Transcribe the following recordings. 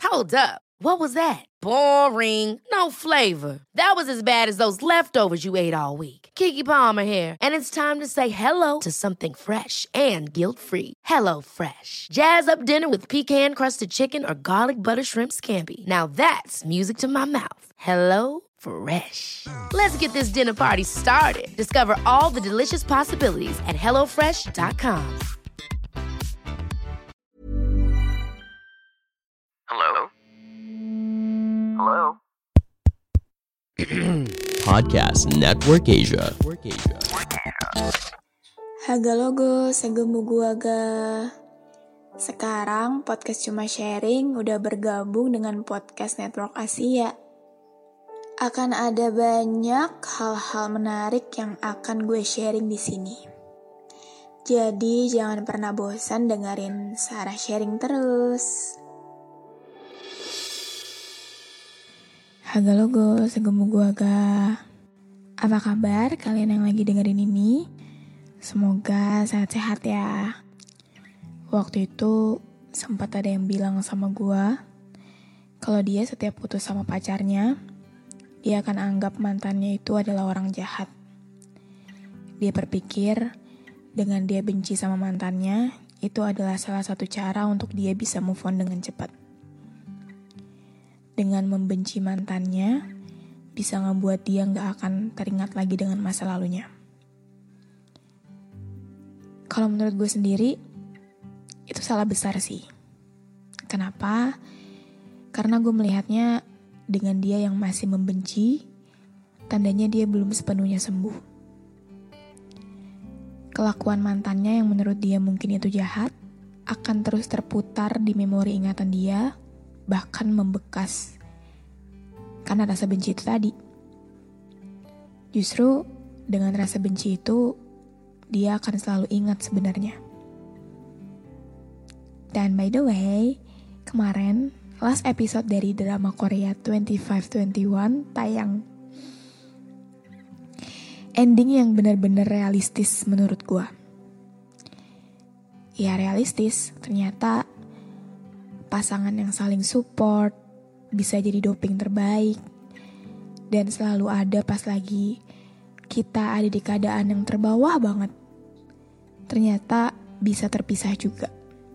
Hold up. What was that? Boring. No flavor. That was as bad as those leftovers you ate all week. Keke Palmer here, and it's time to say hello to something fresh and guilt-free. Hello Fresh. Jazz up dinner with pecan-crusted chicken or garlic butter shrimp scampi. Now that's music to my mouth. Hello Fresh. Let's get this dinner party started. Discover all the delicious possibilities at hellofresh.com. Hello? Hello? Podcast Network Asia. Haga logo, segemu guaga. Sekarang podcast Cuma Sharing udah bergabung dengan Podcast Network Asia. Akan ada banyak hal-hal menarik yang akan gue sharing di sini. Jadi jangan pernah bosan dengerin Sarah sharing terus. Haga logo, segemu guaga. Apa kabar kalian yang lagi dengerin ini? Semoga sehat-sehat ya. Waktu itu sempat ada yang bilang sama gua kalau dia setiap putus sama pacarnya, dia akan anggap mantannya itu adalah orang jahat. Dia berpikir dengan dia benci sama mantannya, itu adalah salah satu cara untuk dia bisa move on dengan cepat. Dengan membenci mantannya, bisa ngebuat dia gak akan teringat lagi dengan masa lalunya. Kalau menurut gue sendiri, itu salah besar sih. Kenapa? Karena gue melihatnya dengan dia yang masih membenci, tandanya dia belum sepenuhnya sembuh. Kelakuan mantannya yang menurut dia mungkin itu jahat, akan terus terputar di memori ingatan dia, bahkan membekas karena rasa benci itu tadi. Justru dengan rasa benci itu dia akan selalu ingat sebenarnya. Dan by the way, kemarin last episode dari drama Korea 2521 tayang. Ending yang benar-benar realistis menurut gua. Ya realistis, ternyata pasangan yang saling support, bisa jadi doping terbaik, dan selalu ada pas lagi kita ada di keadaan yang terbawah banget. Ternyata bisa terpisah juga.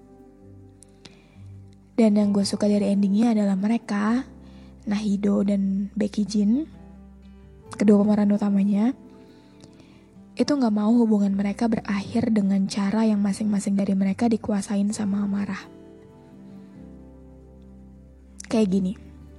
Dan yang gue suka dari endingnya adalah mereka, Nahido dan Baek Jin, kedua pemeran utamanya, itu gak mau hubungan mereka berakhir dengan cara yang masing-masing dari mereka dikuasain sama amarah. Kayak gini,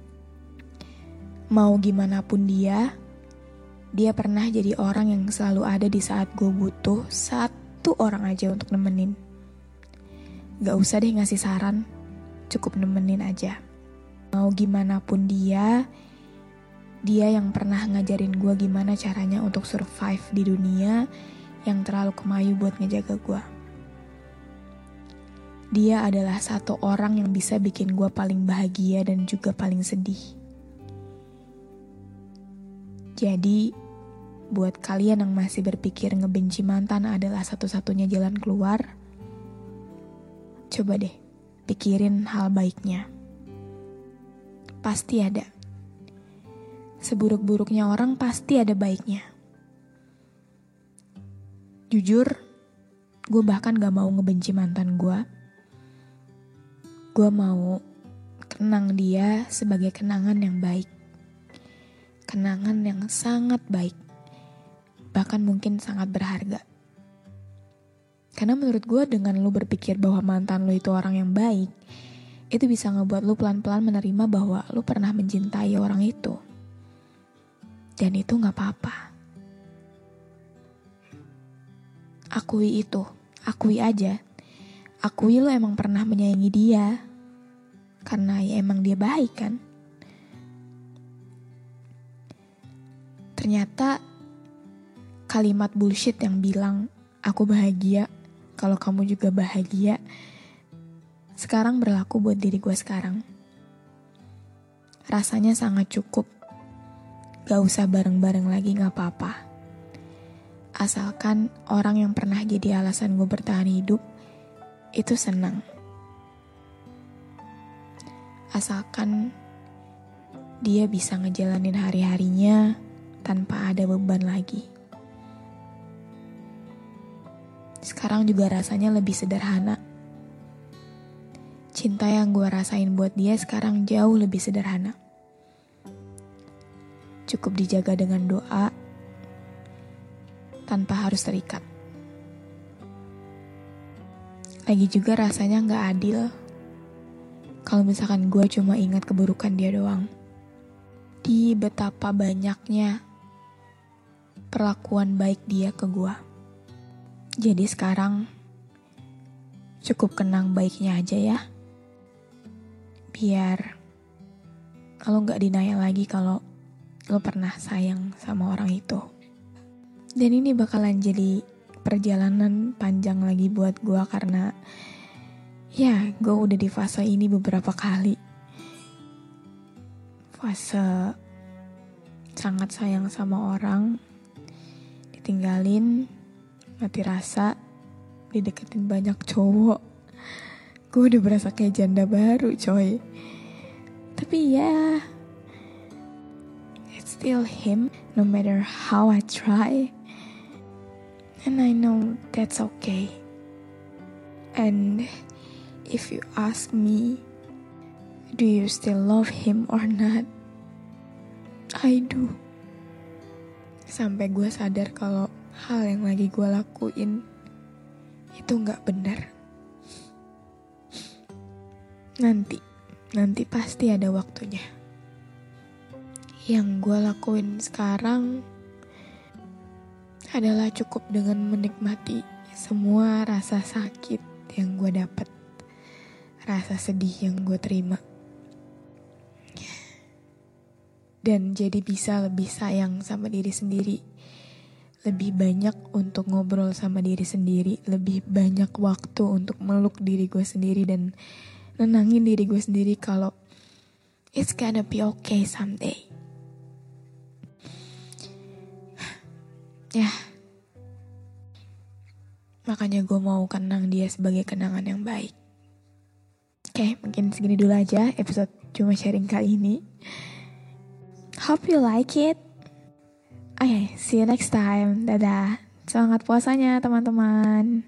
mau gimana pun dia pernah jadi orang yang selalu ada di saat gue butuh satu orang aja untuk nemenin. Gak usah deh ngasih saran, cukup nemenin aja. Mau gimana pun dia yang pernah ngajarin gue gimana caranya untuk survive di dunia yang terlalu kemayu buat ngejaga gue. Dia adalah satu orang yang bisa bikin gue paling bahagia dan juga paling sedih. Jadi, buat kalian yang masih berpikir ngebenci mantan adalah satu-satunya jalan keluar, coba deh pikirin hal baiknya. Pasti ada. Seburuk-buruknya orang pasti ada baiknya. Jujur, gue bahkan gak mau ngebenci mantan gue. Gue mau kenang dia sebagai kenangan yang baik. Kenangan yang sangat baik. Bahkan mungkin sangat berharga. Karena menurut gue dengan lu berpikir bahwa mantan lu itu orang yang baik, itu bisa ngebuat lu pelan-pelan menerima bahwa lu pernah mencintai orang itu. Dan itu gak apa-apa. Akui itu, akui aja. Akui lu emang pernah menyayangi dia. Karena ya emang dia baik kan. Ternyata kalimat bullshit yang bilang aku bahagia kalau kamu juga bahagia sekarang berlaku buat diri gue sekarang. Rasanya sangat cukup. Gak usah bareng-bareng lagi, gak apa-apa. Asalkan orang yang pernah jadi alasan gue bertahan hidup itu senang. Asalkan dia bisa ngejalanin hari-harinya tanpa ada beban lagi. Sekarang juga rasanya lebih sederhana. Cinta yang gue rasain buat dia sekarang jauh lebih sederhana. Cukup dijaga dengan doa, tanpa harus terikat. Lagi juga rasanya gak adil kalau misalkan gue cuma ingat keburukan dia doang. Di betapa banyaknya perlakuan baik dia ke gue. Jadi sekarang cukup kenang baiknya aja ya. Biar lo gak denial lagi kalau lo pernah sayang sama orang itu. Dan ini bakalan jadi perjalanan panjang lagi buat gue karena ya gue udah di fase ini beberapa kali. Fase sangat sayang sama orang, ditinggalin, mati rasa, dideketin banyak cowok. Gue udah berasa kayak janda baru coy. Tapi ya, it's still him no matter how I try. And I know that's okay. And if you ask me, do you still love him or not? I do. Sampai gue sadar kalau hal yang lagi gue lakuin itu gak benar. Nanti pasti ada waktunya. Yang gue lakuin sekarang adalah cukup dengan menikmati semua rasa sakit yang gue dapat, rasa sedih yang gue terima, dan jadi bisa lebih sayang sama diri sendiri, lebih banyak untuk ngobrol sama diri sendiri, lebih banyak waktu untuk meluk diri gue sendiri dan nenangin diri gue sendiri kalau it's gonna be okay someday. Ya, makanya gue mau kenang dia sebagai kenangan yang baik. Oke, mungkin segini dulu aja episode cuma sharing kali ini. Hope you like it. Okay, see you next time. Dadah. Selamat puasanya teman-teman.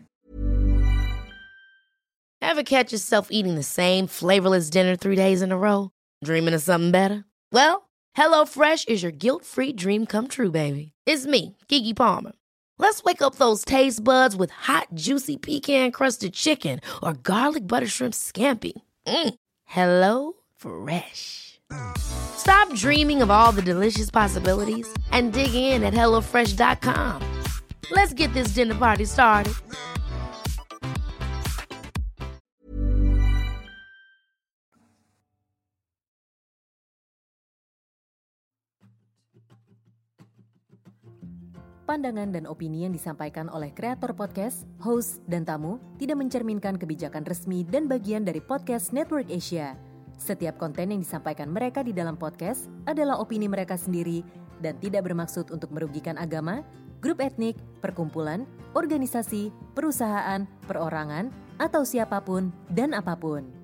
Ever catch yourself eating the same flavorless dinner 3 days in a row? Dreaming of something better? Well, HelloFresh is your guilt-free dream come true, baby. It's me, Keke Palmer. Let's wake up those taste buds with hot, juicy pecan-crusted chicken or garlic butter shrimp scampi. Hello Fresh. Stop dreaming of all the delicious possibilities and dig in at HelloFresh.com. Let's get this dinner party started. Pandangan dan opini yang disampaikan oleh kreator podcast, host, dan tamu tidak mencerminkan kebijakan resmi dan bagian dari podcast Network Asia. Setiap konten yang disampaikan mereka di dalam podcast adalah opini mereka sendiri dan tidak bermaksud untuk merugikan agama, grup etnik, perkumpulan, organisasi, perusahaan, perorangan, atau siapapun dan apapun.